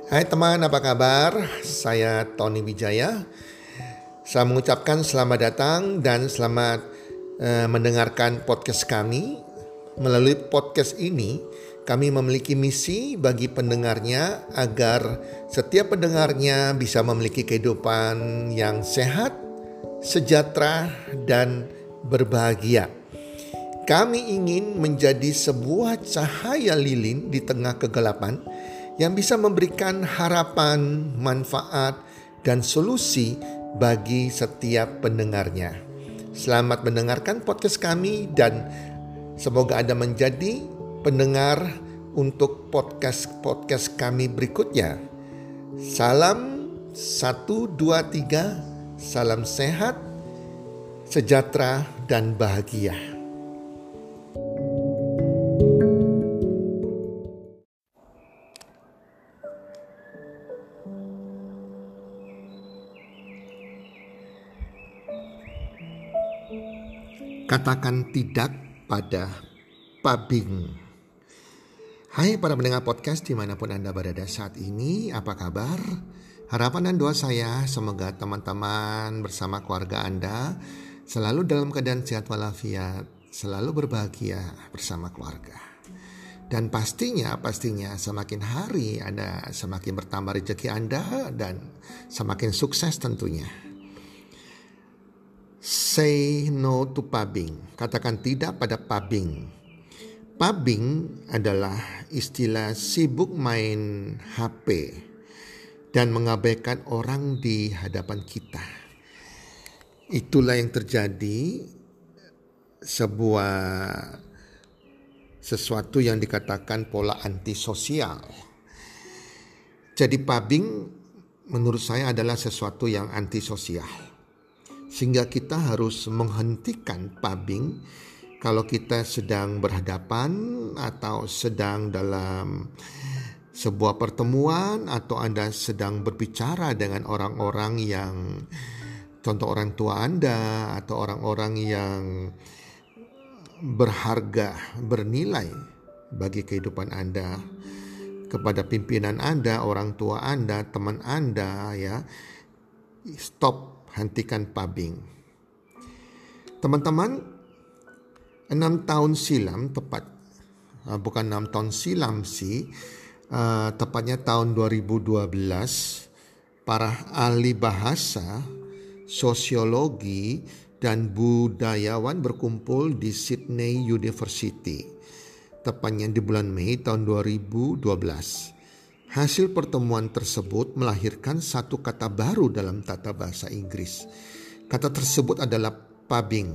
Hai teman, apa kabar? Saya Tony Wijaya. Saya mengucapkan selamat datang dan selamat mendengarkan podcast kami. Melalui podcast ini, kami memiliki misi bagi pendengarnya agar setiap pendengarnya bisa memiliki kehidupan yang sehat, sejahtera, dan berbahagia. Kami ingin menjadi sebuah cahaya lilin di tengah kegelapan yang bisa memberikan harapan, manfaat, dan solusi bagi setiap pendengarnya. Selamat mendengarkan podcast kami dan semoga Anda menjadi pendengar untuk podcast kami berikutnya. Salam 1, 2, 3, salam sehat, sejahtera, dan bahagia. Katakan tidak pada pubbing. Hai para pendengar podcast dimanapun Anda berada saat ini, apa kabar? Harapan dan doa saya semoga teman-teman bersama keluarga Anda selalu dalam keadaan sehat walafiat, selalu berbahagia bersama keluarga. Dan pastinya semakin hari Anda semakin bertambah rezeki Anda dan semakin sukses tentunya. Say no to pubbing. Katakan tidak pada pubbing. Pubbing adalah istilah sibuk main HP dan mengabaikan orang di hadapan kita. Itulah yang terjadi, sesuatu yang dikatakan pola antisosial. Jadi pubbing menurut saya adalah sesuatu yang antisosial. Sehingga kita harus menghentikan pubbing kalau kita sedang berhadapan atau sedang dalam sebuah pertemuan atau Anda sedang berbicara dengan orang-orang yang contoh orang tua Anda atau orang-orang yang berharga, bernilai bagi kehidupan Anda, kepada pimpinan Anda, orang tua Anda, teman Anda, ya. Stop. Hentikan pubbing. Teman-teman, 6 tahun silam bukan 6 tahun silam sih, tepatnya tahun 2012, para ahli bahasa, sosiologi, dan budayawan berkumpul di Sydney University, tepatnya di bulan Mei tahun 2012. Hasil pertemuan tersebut melahirkan satu kata baru dalam tata bahasa Inggris. Kata tersebut adalah pubbing,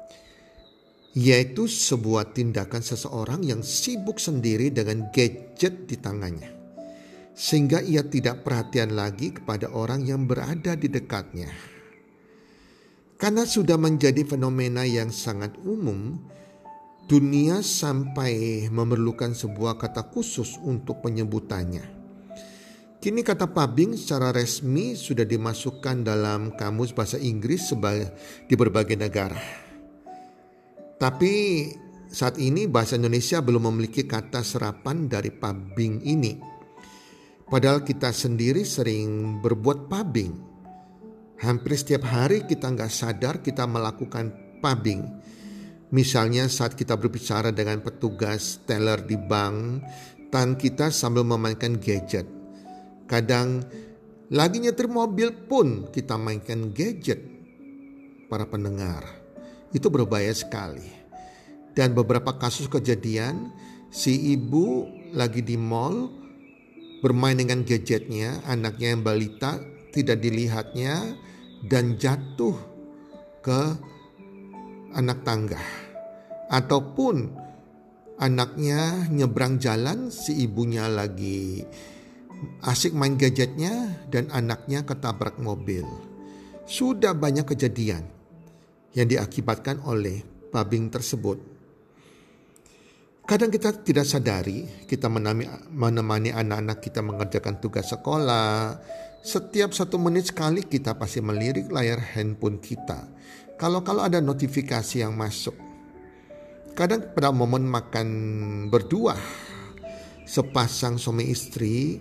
yaitu sebuah tindakan seseorang yang sibuk sendiri dengan gadget di tangannya, sehingga ia tidak perhatian lagi kepada orang yang berada di dekatnya. Karena sudah menjadi fenomena yang sangat umum, dunia sampai memerlukan sebuah kata khusus untuk penyebutannya. Kini kata pubbing secara resmi sudah dimasukkan dalam kamus bahasa Inggris di berbagai negara. Tapi saat ini bahasa Indonesia belum memiliki kata serapan dari pubbing ini. Padahal kita sendiri sering berbuat pubbing. Hampir setiap hari kita nggak sadar kita melakukan pubbing. Misalnya saat kita berbicara dengan petugas teller di bank, tangan kita sambil memainkan gadget. Kadang lagi nyetir mobil pun kita mainkan gadget. Para pendengar, itu berbahaya sekali. Dan beberapa kasus kejadian, si ibu lagi di mall bermain dengan gadgetnya, anaknya yang balita tidak dilihatnya dan jatuh ke anak tangga. Ataupun anaknya nyebrang jalan, si ibunya lagi asik main gadgetnya dan anaknya ketabrak mobil. Sudah banyak kejadian yang diakibatkan oleh pubbing tersebut. Kadang kita tidak sadari kita menemani anak-anak kita mengerjakan tugas sekolah. Setiap 1 menit sekali kita pasti melirik layar handphone kita. Kalau ada notifikasi yang masuk. Kadang pada momen makan berdua, sepasang suami istri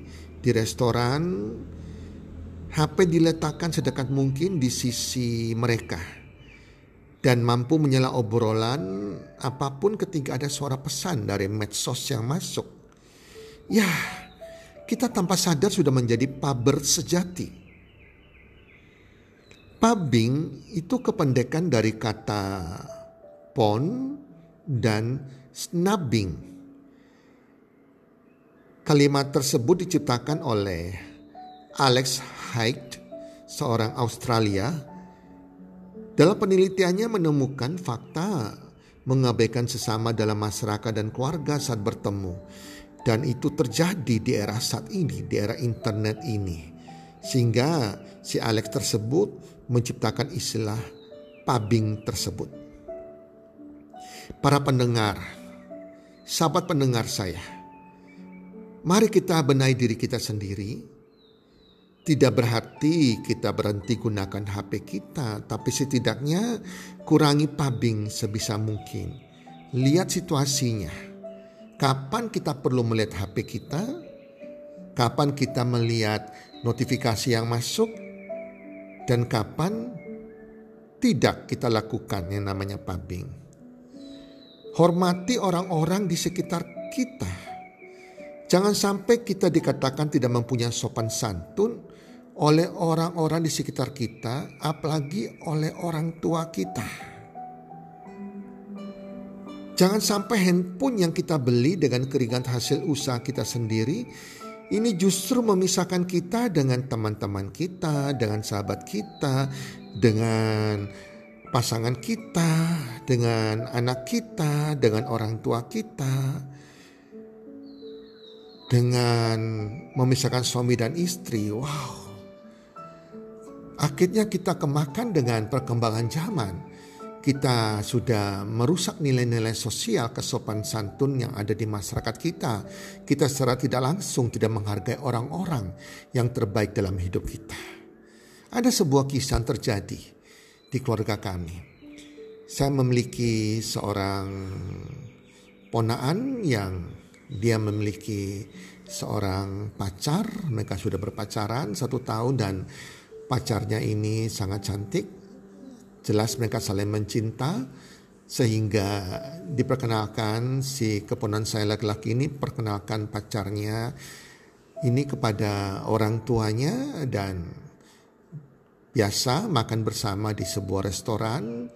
Di restoran, HP diletakkan sedekat mungkin di sisi mereka dan mampu menyela obrolan apapun ketika ada suara pesan dari medsos yang masuk. Ya, kita tanpa sadar sudah menjadi puber sejati. Pubbing itu kependekan dari kata porn dan snubbing. Kalimat tersebut diciptakan oleh Alex Haight, seorang Australia. Dalam penelitiannya menemukan fakta mengabaikan sesama dalam masyarakat dan keluarga saat bertemu. Dan itu terjadi di era saat ini, di era internet ini. Sehingga si Alex tersebut menciptakan istilah pubbing tersebut. Para pendengar, sahabat pendengar saya, mari kita benahi diri kita sendiri. Tidak berarti kita berhenti gunakan HP kita, tapi setidaknya kurangi pubbing sebisa mungkin. Lihat situasinya. Kapan kita perlu melihat HP kita? Kapan kita melihat notifikasi yang masuk? Dan kapan tidak kita lakukan yang namanya pubbing? Hormati orang-orang di sekitar kita. Jangan sampai kita dikatakan tidak mempunyai sopan santun oleh orang-orang di sekitar kita, apalagi oleh orang tua kita. Jangan sampai handphone yang kita beli dengan keringat hasil usaha kita sendiri, ini justru memisahkan kita dengan teman-teman kita, dengan sahabat kita, dengan pasangan kita, dengan anak kita, dengan orang tua kita, dengan memisahkan suami dan istri. Wow. Akhirnya kita kemakan dengan perkembangan zaman. Kita sudah merusak nilai-nilai sosial kesopan santun yang ada di masyarakat kita. Kita secara tidak langsung tidak menghargai orang-orang yang terbaik dalam hidup kita. Ada sebuah kisah yang terjadi di keluarga kami. Saya memiliki seorang ponaan yang dia memiliki seorang pacar. Mereka sudah berpacaran 1 tahun dan pacarnya ini sangat cantik. Jelas mereka saling mencinta sehingga diperkenalkan si keponakan saya laki-laki ini perkenalkan pacarnya ini kepada orang tuanya dan biasa makan bersama di sebuah restoran.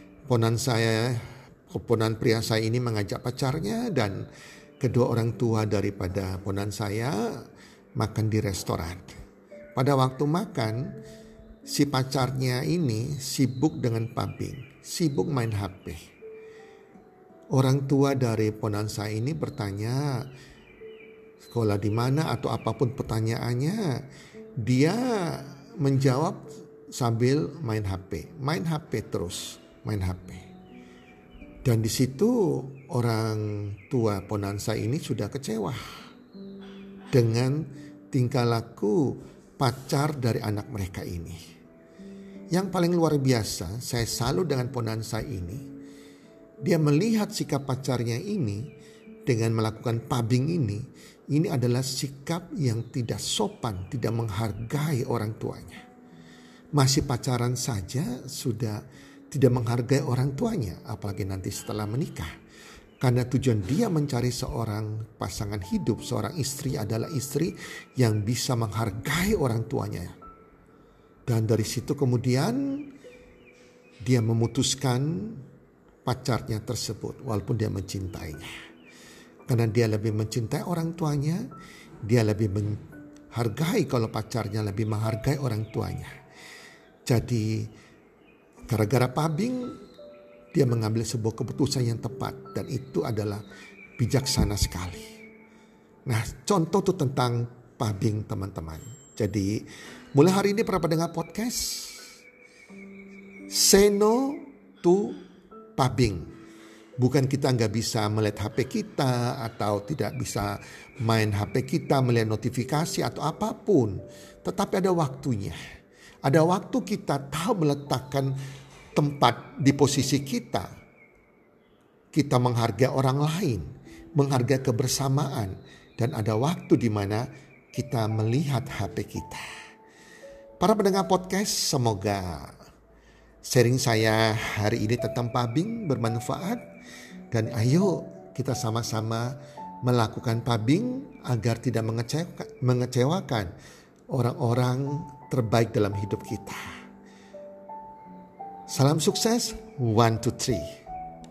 Keponakan pria saya ini mengajak pacarnya dan kedua orang tua daripada ponakan saya makan di restoran. Pada waktu makan, si pacarnya ini sibuk dengan pubbing, sibuk main HP. Orang tua dari ponakan saya ini bertanya sekolah di mana atau apapun pertanyaannya, dia menjawab sambil main HP terus, main HP. Dan di situ orang tua ponakan saya ini sudah kecewa dengan tingkah laku pacar dari anak mereka ini. Yang paling luar biasa, saya salut dengan ponakan saya ini. Dia melihat sikap pacarnya ini dengan melakukan pubbing ini adalah sikap yang tidak sopan, tidak menghargai orang tuanya. Masih pacaran saja sudah tidak menghargai orang tuanya, apalagi nanti setelah menikah. Karena tujuan dia mencari seorang pasangan hidup, seorang istri adalah istri yang bisa menghargai orang tuanya. Dan dari situ kemudian dia memutuskan pacarnya tersebut walaupun dia mencintainya. Karena dia lebih mencintai orang tuanya, dia lebih menghargai kalau pacarnya lebih menghargai orang tuanya. Jadi gara-gara pubbing dia mengambil sebuah keputusan yang tepat dan itu adalah bijaksana sekali. Nah, contoh itu tentang pubbing teman-teman. Jadi mulai hari ini para pendengar podcast, say no to pubbing. Bukan kita nggak bisa melihat HP kita atau tidak bisa main HP kita, melihat notifikasi atau apapun. Tetapi ada waktunya. Ada waktu kita tahu meletakkan tempat di posisi kita. Kita menghargai orang lain, menghargai kebersamaan. Dan ada waktu di mana kita melihat HP kita. Para pendengar podcast, semoga sharing saya hari ini tentang pubbing bermanfaat. Dan ayo kita sama-sama melakukan pubbing agar tidak mengecewakan orang-orang terbaik dalam hidup kita. Salam sukses, 1, 2, 3.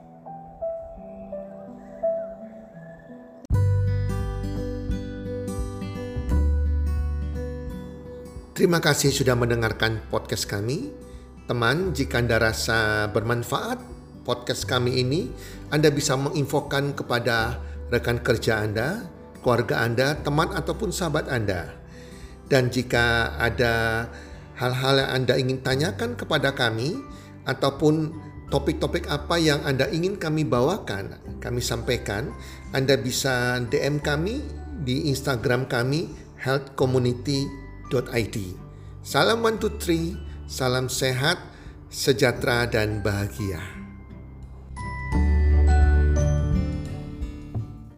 Terima kasih sudah mendengarkan podcast kami. Teman, jika Anda rasa bermanfaat podcast kami ini, Anda bisa menginfokan kepada rekan kerja Anda, keluarga Anda, teman ataupun sahabat Anda. Dan jika ada hal-hal yang Anda ingin tanyakan kepada kami, ataupun topik-topik apa yang Anda ingin kami bawakan, kami sampaikan, Anda bisa DM kami di Instagram kami, healthcommunity.id. Salam 1, 2, 3, salam sehat, sejahtera dan bahagia.